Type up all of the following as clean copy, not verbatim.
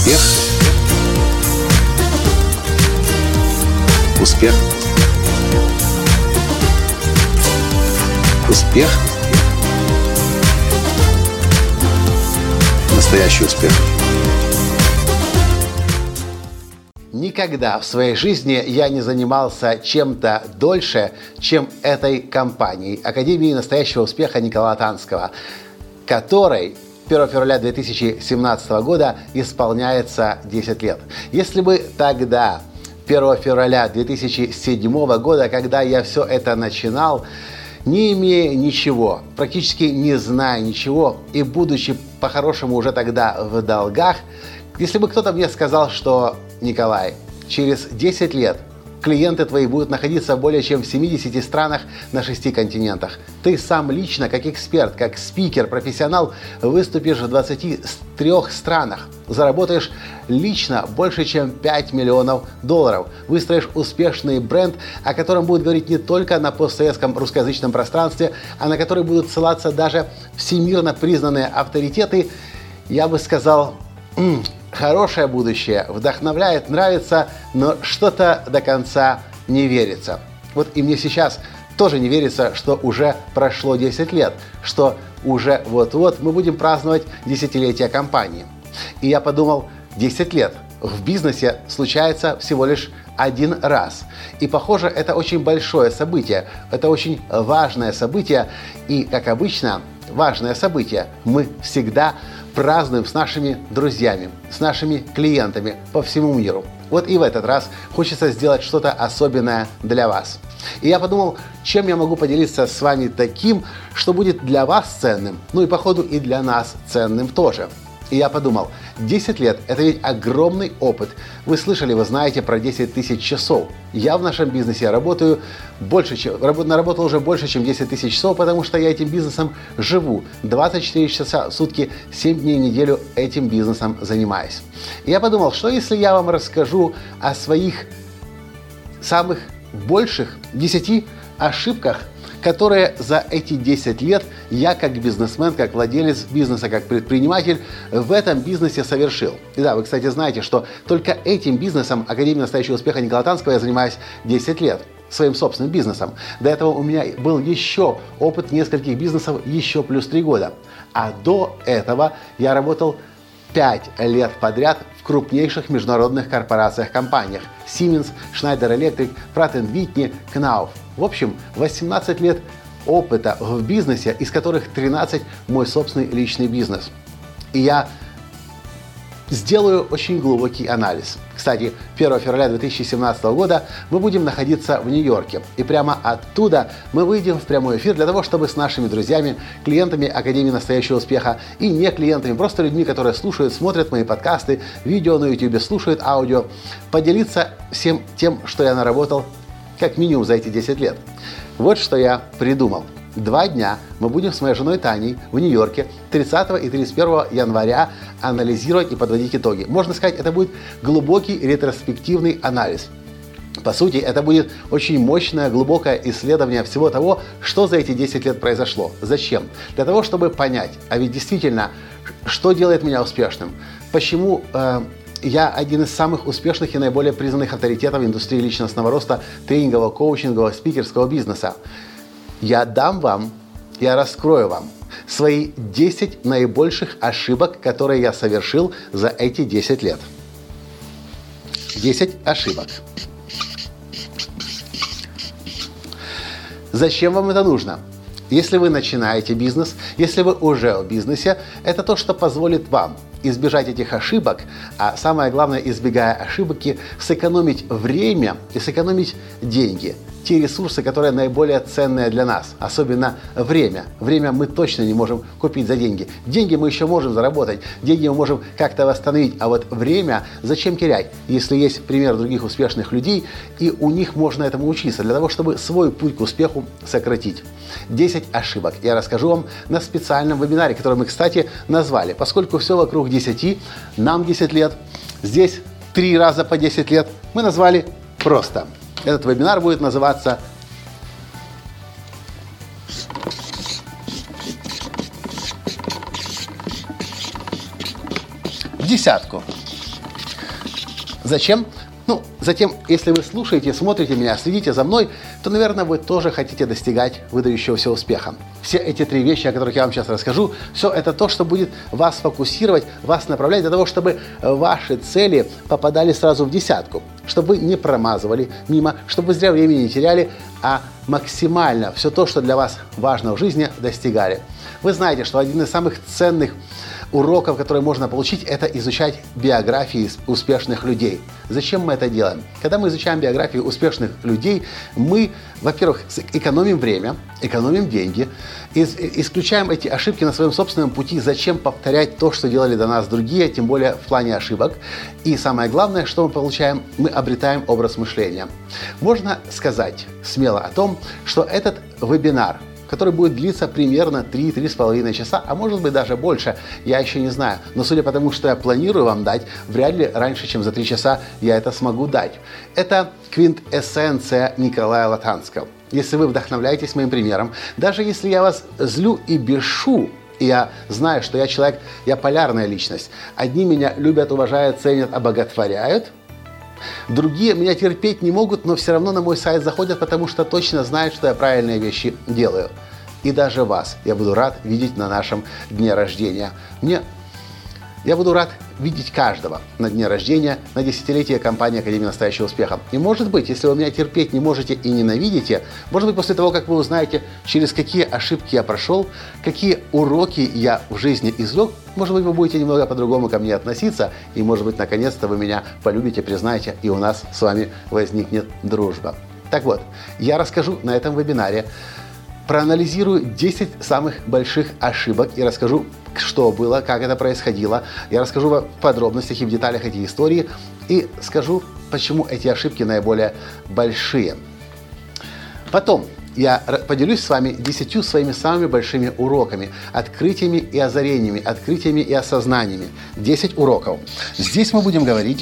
Успех. Успех. Успех. Настоящий успех. Никогда в своей жизни я не занимался чем-то дольше, чем этой компанией, Академией настоящего успеха Николая Танского, которой 1 февраля 2017 года исполняется 10 лет. Если бы тогда, 1 февраля 2007 года, когда я все это начинал, не имея ничего, практически не зная ничего и будучи по-хорошему уже тогда в долгах, если бы кто-то мне сказал, что Николай, через 10 лет клиенты твои будут находиться более чем в 70 странах на 6 континентах. Ты сам лично, как эксперт, как спикер, профессионал, выступишь в 23 странах. Заработаешь лично больше, чем 5 миллионов долларов. Выстроишь успешный бренд, о котором будут говорить не только на постсоветском русскоязычном пространстве, а на который будут ссылаться даже всемирно признанные авторитеты. Я бы сказал, хорошее будущее, вдохновляет, нравится, но что-то до конца не верится. Вот и мне сейчас тоже не верится, что уже прошло 10 лет, что уже вот-вот мы будем праздновать десятилетие компании. И я подумал, 10 лет в бизнесе случается всего лишь один раз. И похоже, это очень большое событие, это очень важное событие. И, как обычно, важное событие мы всегда празднуем с нашими друзьями, с нашими клиентами по всему миру. Вот и в этот раз хочется сделать что-то особенное для вас. И я подумал, чем я могу поделиться с вами таким, что будет для вас ценным, ну и походу и для нас ценным тоже. И я подумал, 10 лет – это ведь огромный опыт. Вы слышали, вы знаете про 10 тысяч часов. Я в нашем бизнесе наработал уже больше, чем 10 тысяч часов, потому что я этим бизнесом живу. 24 часа в сутки, 7 дней в неделю этим бизнесом занимаюсь. И я подумал, что если я вам расскажу о своих самых больших 10 ошибках, которые за эти 10 лет я как бизнесмен, как владелец бизнеса, как предприниматель в этом бизнесе совершил. И да, вы, кстати, знаете, что только этим бизнесом Академии настоящего успеха Николая Танского я занимаюсь 10 лет. Своим собственным бизнесом. До этого у меня был еще опыт нескольких бизнесов, еще плюс 3 года. А до этого я работал 5 лет подряд в крупнейших международных корпорациях-компаниях: Siemens, Schneider Electric, Pratt & Whitney, Knauf. В общем, 18 лет опыта в бизнесе, из которых 13 мой собственный личный бизнес. И я сделаю очень глубокий анализ. Кстати, 1 февраля 2017 года мы будем находиться в Нью-Йорке. И прямо оттуда мы выйдем в прямой эфир для того, чтобы с нашими друзьями, клиентами Академии настоящего успеха и не клиентами, просто людьми, которые слушают, смотрят мои подкасты, видео на YouTube, слушают аудио, поделиться всем тем, что я наработал как минимум за эти 10 лет. Вот что я придумал. 2 дня мы будем с моей женой Таней в Нью-Йорке 30 и 31 января анализировать и подводить итоги. Можно сказать, это будет глубокий ретроспективный анализ. По сути, это будет очень мощное, глубокое исследование всего того, что за эти 10 лет произошло. Зачем? Для того, чтобы понять, а ведь действительно, что делает меня успешным, почему я один из самых успешных и наиболее признанных авторитетов в индустрии личностного роста, тренингового, коучингового, спикерского бизнеса. Я дам вам, я раскрою вам свои 10 наибольших ошибок, которые я совершил за эти 10 лет. 10 ошибок. Зачем вам это нужно? Если вы начинаете бизнес, если вы уже в бизнесе, это то, что позволит вам избежать этих ошибок, а самое главное, избегая ошибок, сэкономить время и сэкономить деньги. Те ресурсы, которые наиболее ценные для нас, особенно время. Время мы точно не можем купить за деньги. Деньги мы еще можем заработать, деньги мы можем как-то восстановить, а вот время зачем терять, если есть пример других успешных людей, и у них можно этому учиться, для того, чтобы свой путь к успеху сократить. 10 ошибок я расскажу вам на специальном вебинаре, который мы, кстати, назвали. Поскольку все вокруг 10, нам 10 лет, здесь 3 раза по 10 лет, мы назвали просто. Этот вебинар будет называться «В десятку». Зачем? Затем, если вы слушаете, смотрите меня, следите за мной, то, наверное, вы тоже хотите достигать выдающегося успеха. Все эти 3 вещи, о которых я вам сейчас расскажу, все это то, что будет вас фокусировать, вас направлять для того, чтобы ваши цели попадали сразу в десятку, чтобы вы не промазывали мимо, чтобы вы зря времени не теряли, а максимально все то, что для вас важно в жизни, достигали. Вы знаете, что один из самых ценных уроков, которые можно получить, это изучать биографии успешных людей. Зачем мы это делаем? Когда мы изучаем биографии успешных людей, мы, во-первых, экономим время, экономим деньги, исключаем эти ошибки на своем собственном пути. Зачем повторять то, что делали до нас другие, тем более в плане ошибок. И самое главное, что мы получаем, мы обретаем образ мышления. Можно сказать смело о том, что этот вебинар, который будет длиться примерно 3-3,5 часа, а может быть даже больше, я еще не знаю. Но судя по тому, что я планирую вам дать, вряд ли раньше, чем за 3 часа я это смогу дать. Это квинтэссенция Николая Латанского. Если вы вдохновляетесь моим примером, даже если я вас злю и бешу, и я знаю, что я человек, я полярная личность. Одни меня любят, уважают, ценят, обоготворяют. Другие меня терпеть не могут, но все равно на мой сайт заходят, потому что точно знают, что я правильные вещи делаю. И даже вас я буду рад видеть на нашем дне рождения. Я буду рад видеть каждого на дне рождения, на 10-летие компании Академии Настоящего Успеха. И может быть, если вы меня терпеть не можете и ненавидите, может быть, после того, как вы узнаете, через какие ошибки я прошел, какие уроки я в жизни извлек, может быть, вы будете немного по-другому ко мне относиться, и, может быть, наконец-то вы меня полюбите, признаете, и у нас с вами возникнет дружба. Так вот, я расскажу на этом вебинаре, проанализирую 10 самых больших ошибок и расскажу, что было, как это происходило. Я расскажу в подробностях и в деталях эти истории и скажу, почему эти ошибки наиболее большие. Потом я поделюсь с вами 10 своими самыми большими уроками, открытиями и озарениями, открытиями и осознаниями. 10 уроков. Здесь мы будем говорить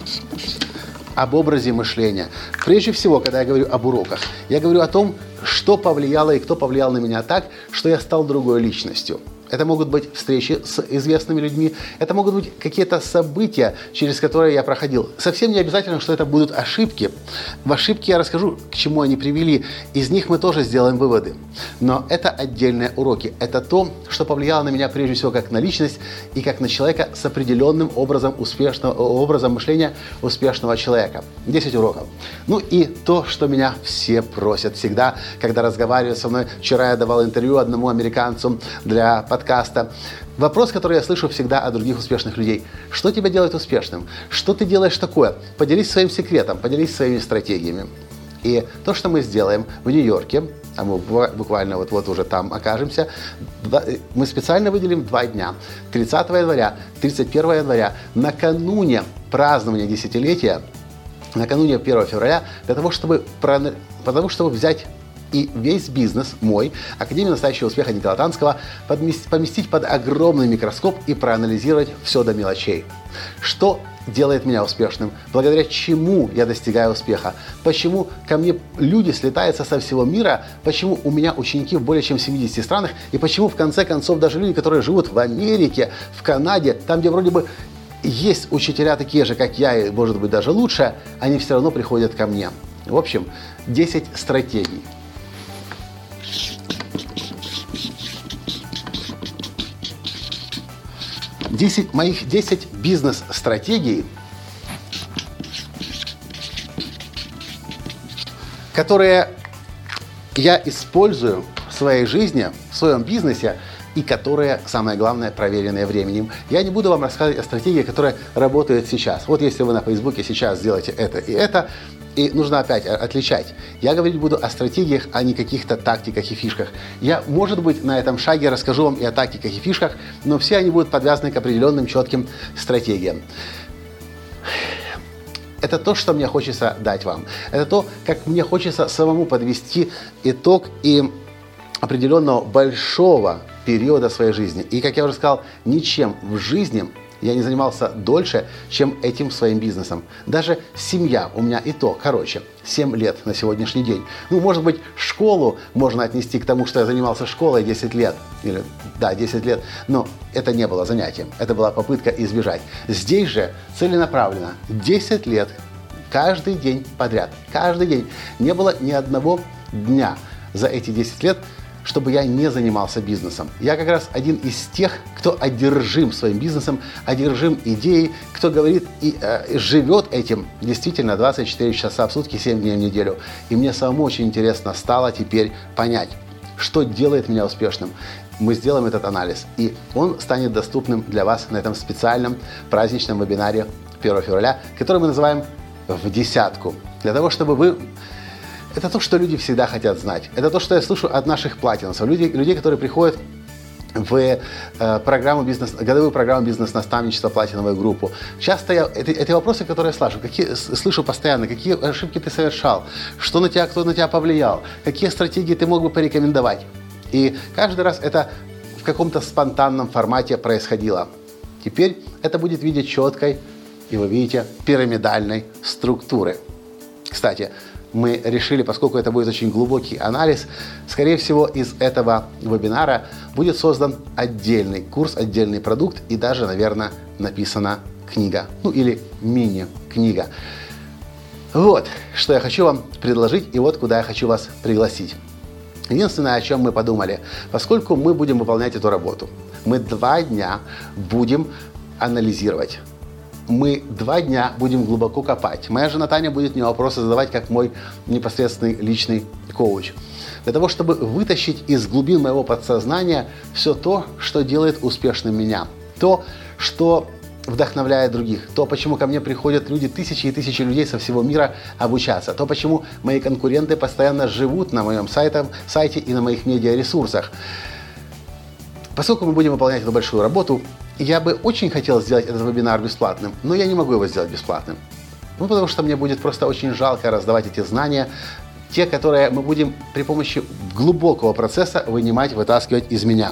об образе мышления. Прежде всего, когда я говорю об уроках, я говорю о том, что повлияло и кто повлиял на меня так, что я стал другой личностью. Это могут быть встречи с известными людьми, это могут быть какие-то события, через которые я проходил. Совсем не обязательно, что это будут ошибки. В ошибке я расскажу, к чему они привели. Из них мы тоже сделаем выводы. Но это отдельные уроки. Это то, что повлияло на меня прежде всего как на личность и как на человека с определенным образом мышления успешного человека. 10 уроков. И то, что меня все просят всегда, когда разговаривают со мной. Вчера я давал интервью одному американцу для подкаста. Вопрос, который я слышу всегда от других успешных людей. Что тебя делает успешным? Что ты делаешь такое? Поделись своим секретом, поделись своими стратегиями. И то, что мы сделаем в Нью-Йорке, а мы буквально вот уже там окажемся, мы специально выделим 2 дня. 30 января, 31 января, накануне празднования десятилетия, накануне 1 февраля, для того, чтобы взять и весь бизнес мой, Академия Настоящего Успеха Николая Латанского, поместить под огромный микроскоп и проанализировать все до мелочей. Что делает меня успешным? Благодаря чему я достигаю успеха? Почему ко мне люди слетаются со всего мира? Почему у меня ученики в более чем 70 странах? И почему, в конце концов, даже люди, которые живут в Америке, в Канаде, там, где вроде бы есть учителя такие же, как я, и, может быть, даже лучше, они все равно приходят ко мне. В общем, 10 стратегий. 10 бизнес-стратегий, которые я использую в своей жизни, в своем бизнесе, и которые, самое главное, проверенные временем. Я не буду вам рассказывать о стратегии, которая работает сейчас. Вот если вы на Фейсбуке сейчас сделаете это, и нужно опять отличать. Я говорить буду о стратегиях, а не каких-то тактиках и фишках. Я, может быть, на этом шаге расскажу вам и о тактиках и фишках, но все они будут подвязаны к определенным четким стратегиям. Это то, что мне хочется дать вам. Это то, как мне хочется самому подвести итог и определенного большого периода своей жизни. И, как я уже сказал, ничем в жизни Я не занимался дольше, чем этим своим бизнесом. Даже семья у меня и то, 7 лет на сегодняшний день. Может быть, школу можно отнести к тому, что я занимался школой 10 лет. 10 лет. Но это не было занятием. Это была попытка избежать. Здесь же целенаправленно 10 лет, каждый день подряд. Каждый день. Не было ни одного дня за эти 10 лет, чтобы я не занимался бизнесом. Я как раз один из тех, кто одержим своим бизнесом, одержим идеей, кто говорит и живет этим действительно 24 часа в сутки, 7 дней в неделю. И мне самому очень интересно стало теперь понять, что делает меня успешным. Мы сделаем этот анализ, и он станет доступным для вас на этом специальном праздничном вебинаре 1 февраля, который мы называем «В десятку». Для того, чтобы вы... Это то, что люди всегда хотят знать. Это то, что я слышу от наших платинусов, людей, которые приходят в годовую программу бизнес-наставничества, платиновую группу. Часто это вопросы, которые я слышу постоянно. Какие ошибки ты совершал? Кто на тебя повлиял? Какие стратегии ты мог бы порекомендовать? И каждый раз это в каком-то спонтанном формате происходило. Теперь это будет в виде четкой, и вы видите, пирамидальной структуры. Кстати, мы решили, поскольку это будет очень глубокий анализ, скорее всего, из этого вебинара будет создан отдельный курс, отдельный продукт и даже, наверное, написана книга, или мини-книга. Вот, что я хочу вам предложить и вот куда я хочу вас пригласить. Единственное, о чем мы подумали, поскольку мы будем выполнять эту работу, мы 2 дня будем анализировать. Мы 2 дня будем глубоко копать. Моя жена Таня будет мне вопросы задавать, как мой непосредственный личный коуч. Для того, чтобы вытащить из глубин моего подсознания все то, что делает успешным меня. То, что вдохновляет других. То, почему ко мне приходят люди, тысячи и тысячи людей со всего мира обучаться. То, почему мои конкуренты постоянно живут на моем сайте и на моих медиаресурсах. Поскольку мы будем выполнять эту большую работу, я бы очень хотел сделать этот вебинар бесплатным, но я не могу его сделать бесплатным. Потому что мне будет просто очень жалко раздавать эти знания, те, которые мы будем при помощи глубокого процесса вытаскивать из меня.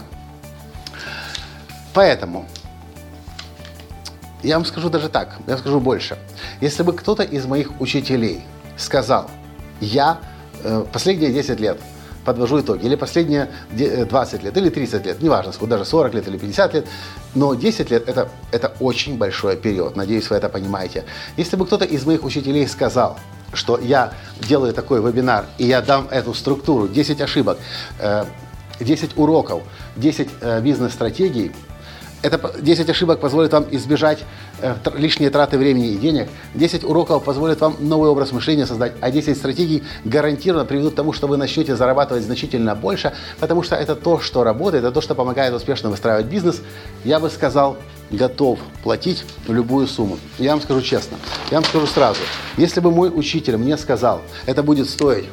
Поэтому я вам скажу даже так, я скажу больше. Если бы кто-то из моих учителей сказал, я последние 10 лет подвожу итоги, или последние 20 лет, или 30 лет, неважно, даже 40 лет или 50 лет, но 10 лет это очень большой период, надеюсь, вы это понимаете. Если бы кто-то из моих учителей сказал, что я делаю такой вебинар, и я дам эту структуру, 10 ошибок, 10 уроков, 10 бизнес-стратегий, это 10 ошибок позволит вам избежать лишние траты времени и денег. 10 уроков позволит вам новый образ мышления создать, а 10 стратегий гарантированно приведут к тому, что вы начнете зарабатывать значительно больше, потому что это то, что работает, это то, что помогает успешно выстраивать бизнес. Я бы сказал, готов платить любую сумму. Я вам скажу честно, я вам скажу сразу, если бы мой учитель мне сказал, это будет стоить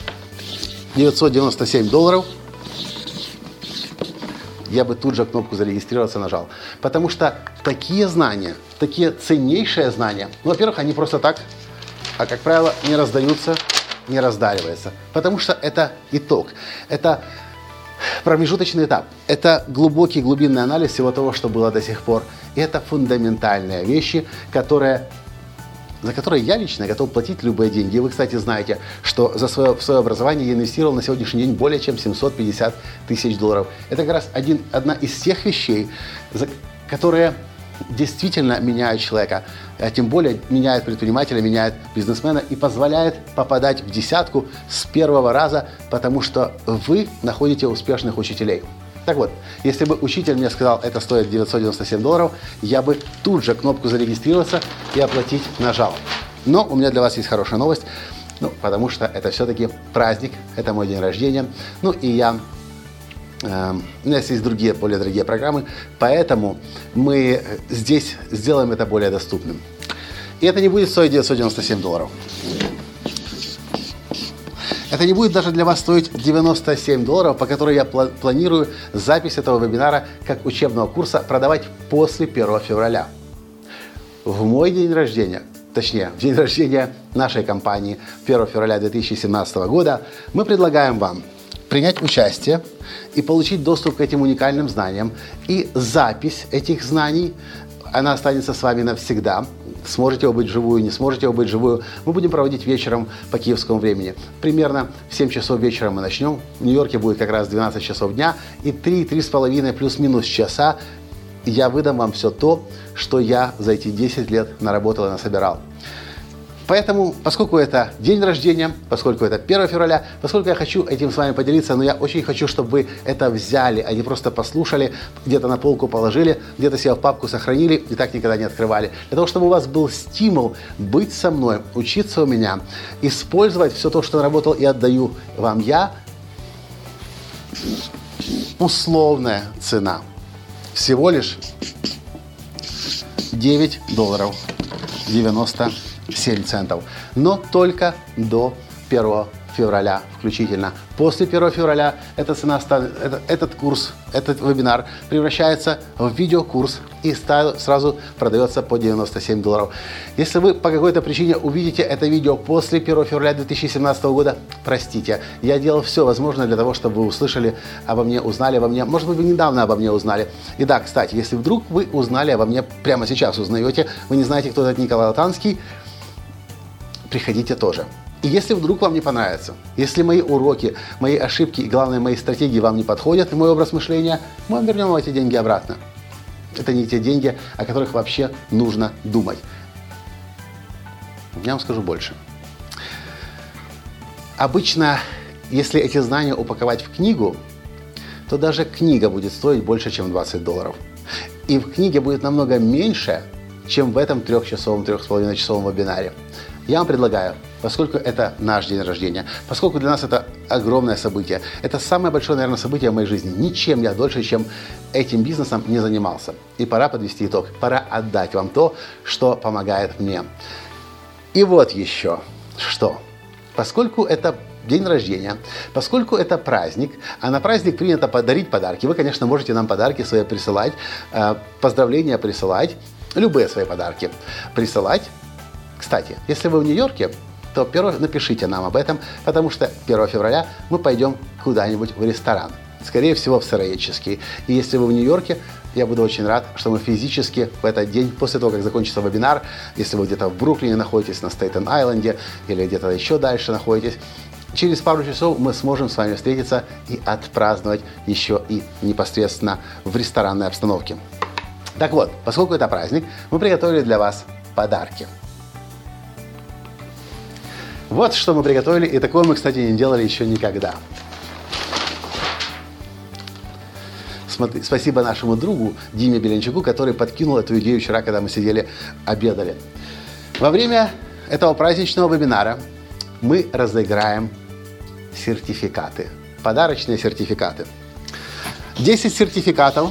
$997, я бы тут же кнопку «Зарегистрироваться» нажал. Потому что такие знания, такие ценнейшие знания, во-первых, они просто так, а, как правило, не раздаются, не раздариваются. Потому что это итог, это промежуточный этап, это глубокий глубинный анализ всего того, что было до сих пор. И это фундаментальные вещи, за которые я лично готов платить любые деньги. И вы, кстати, знаете, что в свое образование я инвестировал на сегодняшний день более чем $750 тысяч. Это как раз одна из тех вещей, которые действительно меняют человека, а тем более меняют предпринимателя, меняют бизнесмена и позволяет попадать в десятку с первого раза, потому что вы находите успешных учителей. Так вот, если бы учитель мне сказал, это стоит $997, я бы тут же кнопку «Зарегистрироваться» и «Оплатить» нажал. Но у меня для вас есть хорошая новость, потому что это все-таки праздник, это мой день рождения. У меня есть другие, более дорогие программы, поэтому мы здесь сделаем это более доступным. И это не будет стоить $997. Это не будет даже для вас стоить $97, по которой я планирую запись этого вебинара как учебного курса продавать после 1 февраля. В мой день рождения, точнее, в день рождения нашей компании 1 февраля 2017 года, мы предлагаем вам принять участие и получить доступ к этим уникальным знаниям и запись этих знаний, Она останется с вами навсегда. Сможете вы быть вживую, не сможете вы быть вживую. Мы будем проводить вечером по киевскому времени. Примерно в 7 часов вечера мы начнем. В Нью-Йорке будет как раз 12 часов дня. И 3-3,5 плюс-минус часа я выдам вам все то, что я за эти 10 лет наработал и насобирал. Поэтому, поскольку это день рождения, поскольку это 1 февраля, поскольку я хочу этим с вами поделиться, но я очень хочу, чтобы вы это взяли, а не просто послушали, где-то на полку положили, где-то себе в папку сохранили и так никогда не открывали. Для того, чтобы у вас был стимул быть со мной, учиться у меня, использовать все то, что наработал и отдаю вам я, условная цена. Всего лишь $9.97. Но только до 1 февраля включительно. После 1 февраля эта цена, этот курс, этот вебинар превращается в видеокурс и сразу продается по $97. Если вы по какой-то причине увидите это видео после 1 февраля 2017 года, простите, я делал все возможное для того, чтобы вы услышали обо мне, узнали обо мне. Может быть, вы недавно обо мне узнали. И да, кстати, если вдруг вы узнали обо мне, прямо сейчас узнаете, вы не знаете, кто этот Николай Латанский, приходите тоже. И если вдруг вам не понравится, если мои уроки, мои ошибки и, главное, мои стратегии вам не подходят, и мой образ мышления, мы вам вернем эти деньги обратно. Это не те деньги, о которых вообще нужно думать. Я вам скажу больше. Обычно, если эти знания упаковать в книгу, то даже книга будет стоить больше, чем $20. И в книге будет намного меньше, чем в этом 3-часовом, 3,5-часовом вебинаре. Я вам предлагаю, поскольку это наш день рождения, поскольку для нас это огромное событие, это самое большое, наверное, событие в моей жизни. Ничем я дольше, чем этим бизнесом не занимался. И пора подвести итог, пора отдать вам то, что помогает мне. И вот еще что. Поскольку это день рождения, поскольку это праздник, а на праздник принято подарить подарки, вы, конечно, можете нам подарки свои присылать, поздравления присылать, любые свои подарки присылать. Кстати, если вы в Нью-Йорке, то напишите нам об этом, потому что 1 февраля мы пойдем куда-нибудь в ресторан. Скорее всего, в сыроедческий. И если вы в Нью-Йорке, я буду очень рад, что мы физически в этот день, после того, как закончится вебинар, если вы где-то в Бруклине находитесь, на Стейтен-Айленде или где-то еще дальше находитесь, через пару часов мы сможем с вами встретиться и отпраздновать еще и непосредственно в ресторанной обстановке. Так вот, поскольку это праздник, мы приготовили для вас подарки. Вот что мы приготовили, и такое мы, кстати, не делали еще никогда. Спасибо нашему другу Диме Беленчуку, который подкинул эту идею вчера, когда мы сидели, обедали. Во время этого праздничного вебинара мы разыграем сертификаты, подарочные сертификаты. 10 сертификатов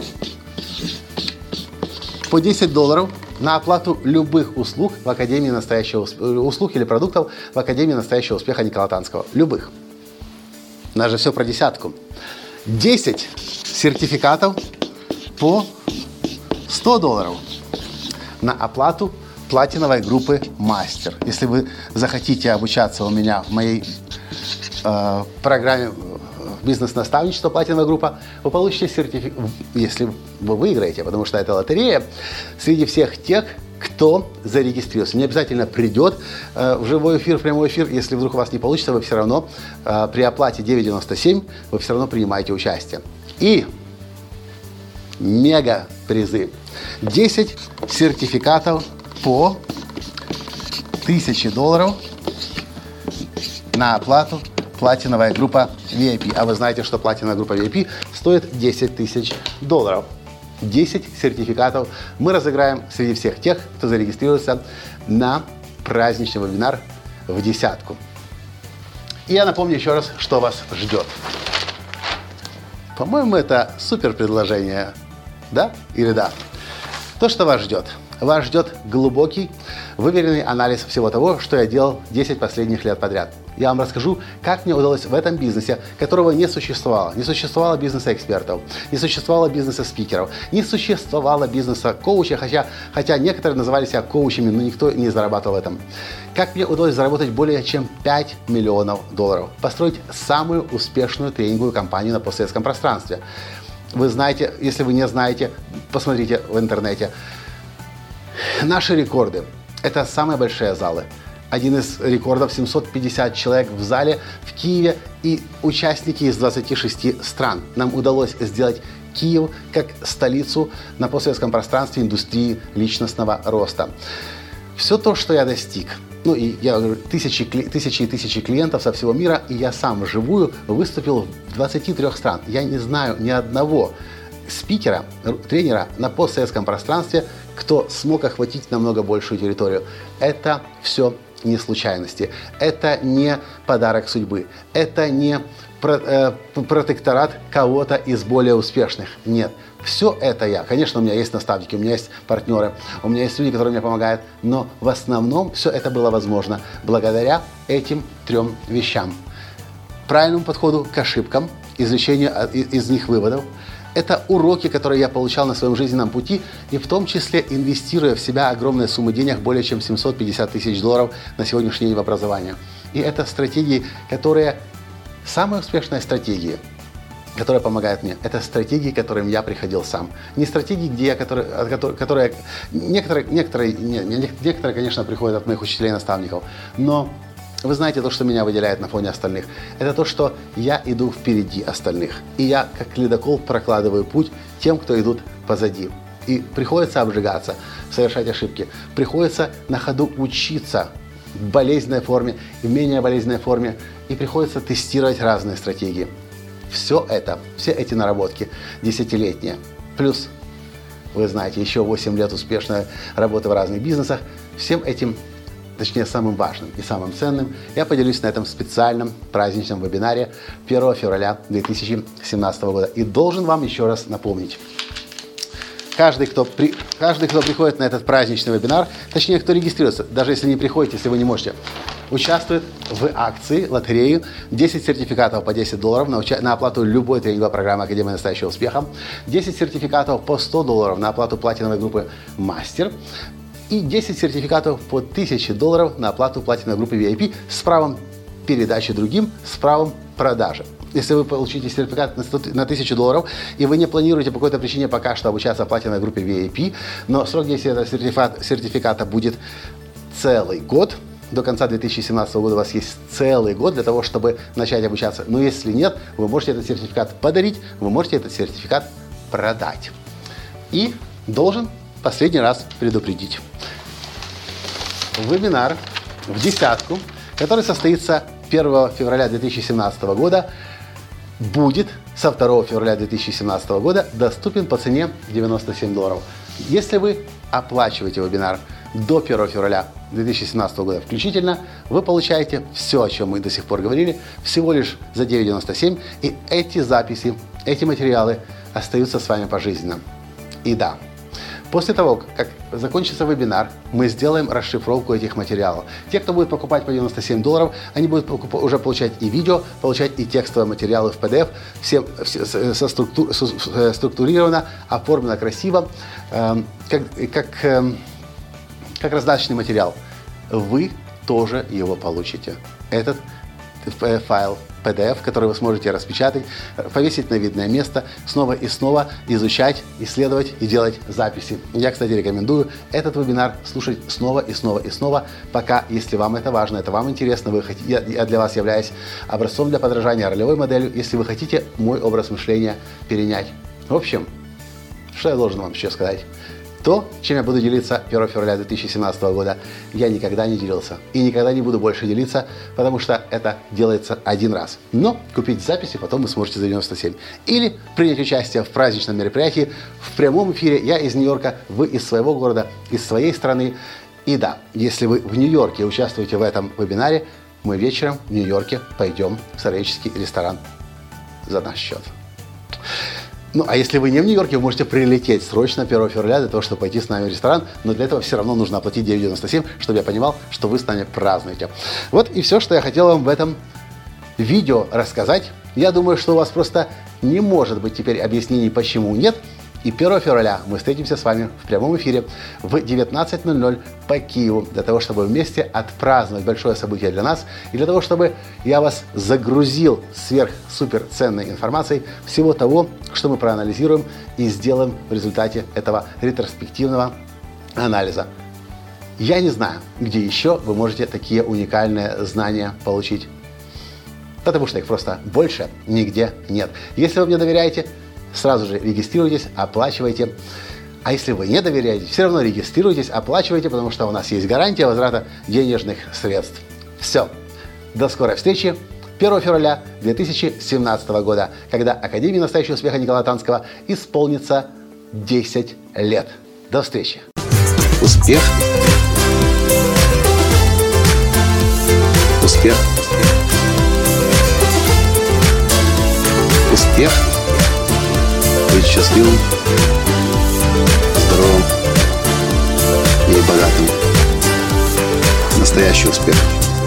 по $10 на оплату любых услуг в Академии настоящего услуг или продуктов в Академии настоящего успеха Николая Латанского. Любых. У нас же все про десятку. 10 сертификатов по $100 на оплату платиновой группы «Мастер». Если вы захотите обучаться у меня в моей программе бизнес-наставничество «Платиновая группа», вы получите сертификат, если вы выиграете, потому что это лотерея, среди всех тех, кто зарегистрировался. Не обязательно придет в живой эфир, в прямой эфир. Если вдруг у вас не получится, вы все равно при оплате $9.97 вы все равно принимаете участие. И мега призы. 10 сертификатов по $1000 на оплату платиновая группа VIP. А вы знаете, что платиновая группа VIP стоит $10 000. 10 сертификатов мы разыграем среди всех тех, кто зарегистрируется на праздничный вебинар в десятку. И я напомню еще раз, что вас ждет. По-моему, это супер предложение. Да или да? То, что вас ждет. Вас ждет глубокий, выверенный анализ всего того, что я делал 10 последних лет подряд. Я вам расскажу, как мне удалось в этом бизнесе, которого не существовало. Не существовало бизнеса экспертов, не существовало бизнеса спикеров, не существовало бизнеса коуча, хотя некоторые называли себя коучами, но никто не зарабатывал в этом. Как мне удалось заработать более чем $5 миллионов, построить самую успешную тренинговую компанию на постсоветском пространстве. Вы знаете, если вы не знаете, посмотрите в интернете. Наши рекорды – это самые большие залы. Один из рекордов – 750 человек в зале в Киеве и участники из 26 стран. Нам удалось сделать Киев как столицу на постсоветском пространстве индустрии личностного роста. Все то, что я достиг, ну и я говорю, тысячи и тысячи клиентов со всего мира, и я сам вживую выступил в 23 стран. Я не знаю ни одного спикера, тренера на постсоветском пространстве, кто смог охватить намного большую территорию. Это все не случайности, это не подарок судьбы, это не протекторат кого-то из более успешных. Нет, все это я. Конечно, у меня есть наставники, у меня есть партнеры, у меня есть люди, которые мне помогают, но в основном все это было возможно благодаря этим 3 вещам. Правильному подходу к ошибкам, извлечению из них выводов. Это уроки, которые я получал на своем жизненном пути, и в том числе инвестируя в себя огромные суммы денег, более чем 750 тысяч долларов на сегодняшний день в образование. И это стратегии, которые самые успешные стратегии, которые помогают мне. Это стратегии, к которым я приходил сам. Не стратегии, которые некоторые, конечно, приходят от моих учителей и наставников, но вы знаете, то, что меня выделяет на фоне остальных, это то, что я иду впереди остальных. И я, как ледокол, прокладываю путь тем, кто идут позади. И приходится обжигаться, совершать ошибки. Приходится на ходу учиться в болезненной форме, в менее болезненной форме. И приходится тестировать разные стратегии. Все эти наработки десятилетние. Плюс, вы знаете, еще 8 лет успешной работы в разных бизнесах. Всем этим, точнее, самым важным и самым ценным, я поделюсь на этом специальном праздничном вебинаре 1 февраля 2017 года. И должен вам еще раз напомнить. Каждый, кто приходит на этот праздничный вебинар, точнее, кто регистрируется, даже если не приходите, если вы не можете, участвует в акции, лотерею, 10 сертификатов по $10 на оплату любой тренинговой программы Академия настоящего успеха, 10 сертификатов по $100 на оплату платиновой группы «Мастер», и 10 сертификатов по $1000 на оплату платиновой группы VIP с правом передачи другим, с правом продажи. Если вы получите сертификат на $1000, и вы не планируете по какой-то причине пока что обучаться в платиновой группе VIP, но срок действия этого сертификата будет целый год, до конца 2017 года у вас есть целый год для того, чтобы начать обучаться. Но если нет, вы можете этот сертификат подарить, вы можете этот сертификат продать. И должен последний раз предупредить. Вебинар в десятку, который состоится 1 февраля 2017 года, будет со 2 февраля 2017 года доступен по цене $97. Если вы оплачиваете вебинар до 1 февраля 2017 года включительно, вы получаете все, о чем мы до сих пор говорили, всего лишь за $9.97, и эти записи, эти материалы остаются с вами пожизненно. И да, после того, как закончится вебинар, мы сделаем расшифровку этих материалов. Те, кто будет покупать по $97, они будут уже получать и видео, получать и текстовые материалы в PDF, все структурировано, оформлено красиво, как раздаточный материал. Вы тоже его получите. Этот файл PDF, который вы сможете распечатать, повесить на видное место, снова и снова изучать, исследовать и делать записи. Я, кстати, рекомендую этот вебинар слушать снова и снова и снова, пока, если вам это важно, это вам интересно, я для вас являюсь образцом для подражания, ролевой моделью, если вы хотите мой образ мышления перенять. В общем, что я должен вам еще сказать? То, чем я буду делиться 1 февраля 2017 года, я никогда не делился и никогда не буду больше делиться, потому что это делается один раз. Но купить записи потом вы сможете за 97. Или принять участие в праздничном мероприятии в прямом эфире. Я из Нью-Йорка, вы из своего города, из своей страны. И да, если вы в Нью-Йорке участвуете в этом вебинаре, мы вечером в Нью-Йорке пойдем в сарайческий ресторан за наш счет. Ну, а если вы не в Нью-Йорке, вы можете прилететь срочно 1 февраля для того, чтобы пойти с нами в ресторан, но для этого все равно нужно оплатить $9.97, чтобы я понимал, что вы с нами празднуете. Вот и все, что я хотел вам в этом видео рассказать. Я думаю, что у вас просто не может быть теперь объяснений, почему нет. И 1 февраля мы встретимся с вами в прямом эфире в 19:00 по Киеву, для того, чтобы вместе отпраздновать большое событие для нас, и для того, чтобы я вас загрузил сверх-супер ценной информацией всего того, что мы проанализируем и сделаем в результате этого ретроспективного анализа Я не знаю, где еще вы можете такие уникальные знания получить. Потому что их просто больше нигде нет. Если вы мне доверяете, сразу же регистрируйтесь, оплачивайте. А если вы не доверяете, все равно регистрируйтесь, оплачивайте, потому что у нас есть гарантия возврата денежных средств. Все. До скорой встречи 1 февраля 2017 года, когда Академии настоящего успеха Николая Танского исполнится 10 лет. До встречи. Успех. Успех. Успех. Быть счастливым, здоровым и богатым. Настоящий успех.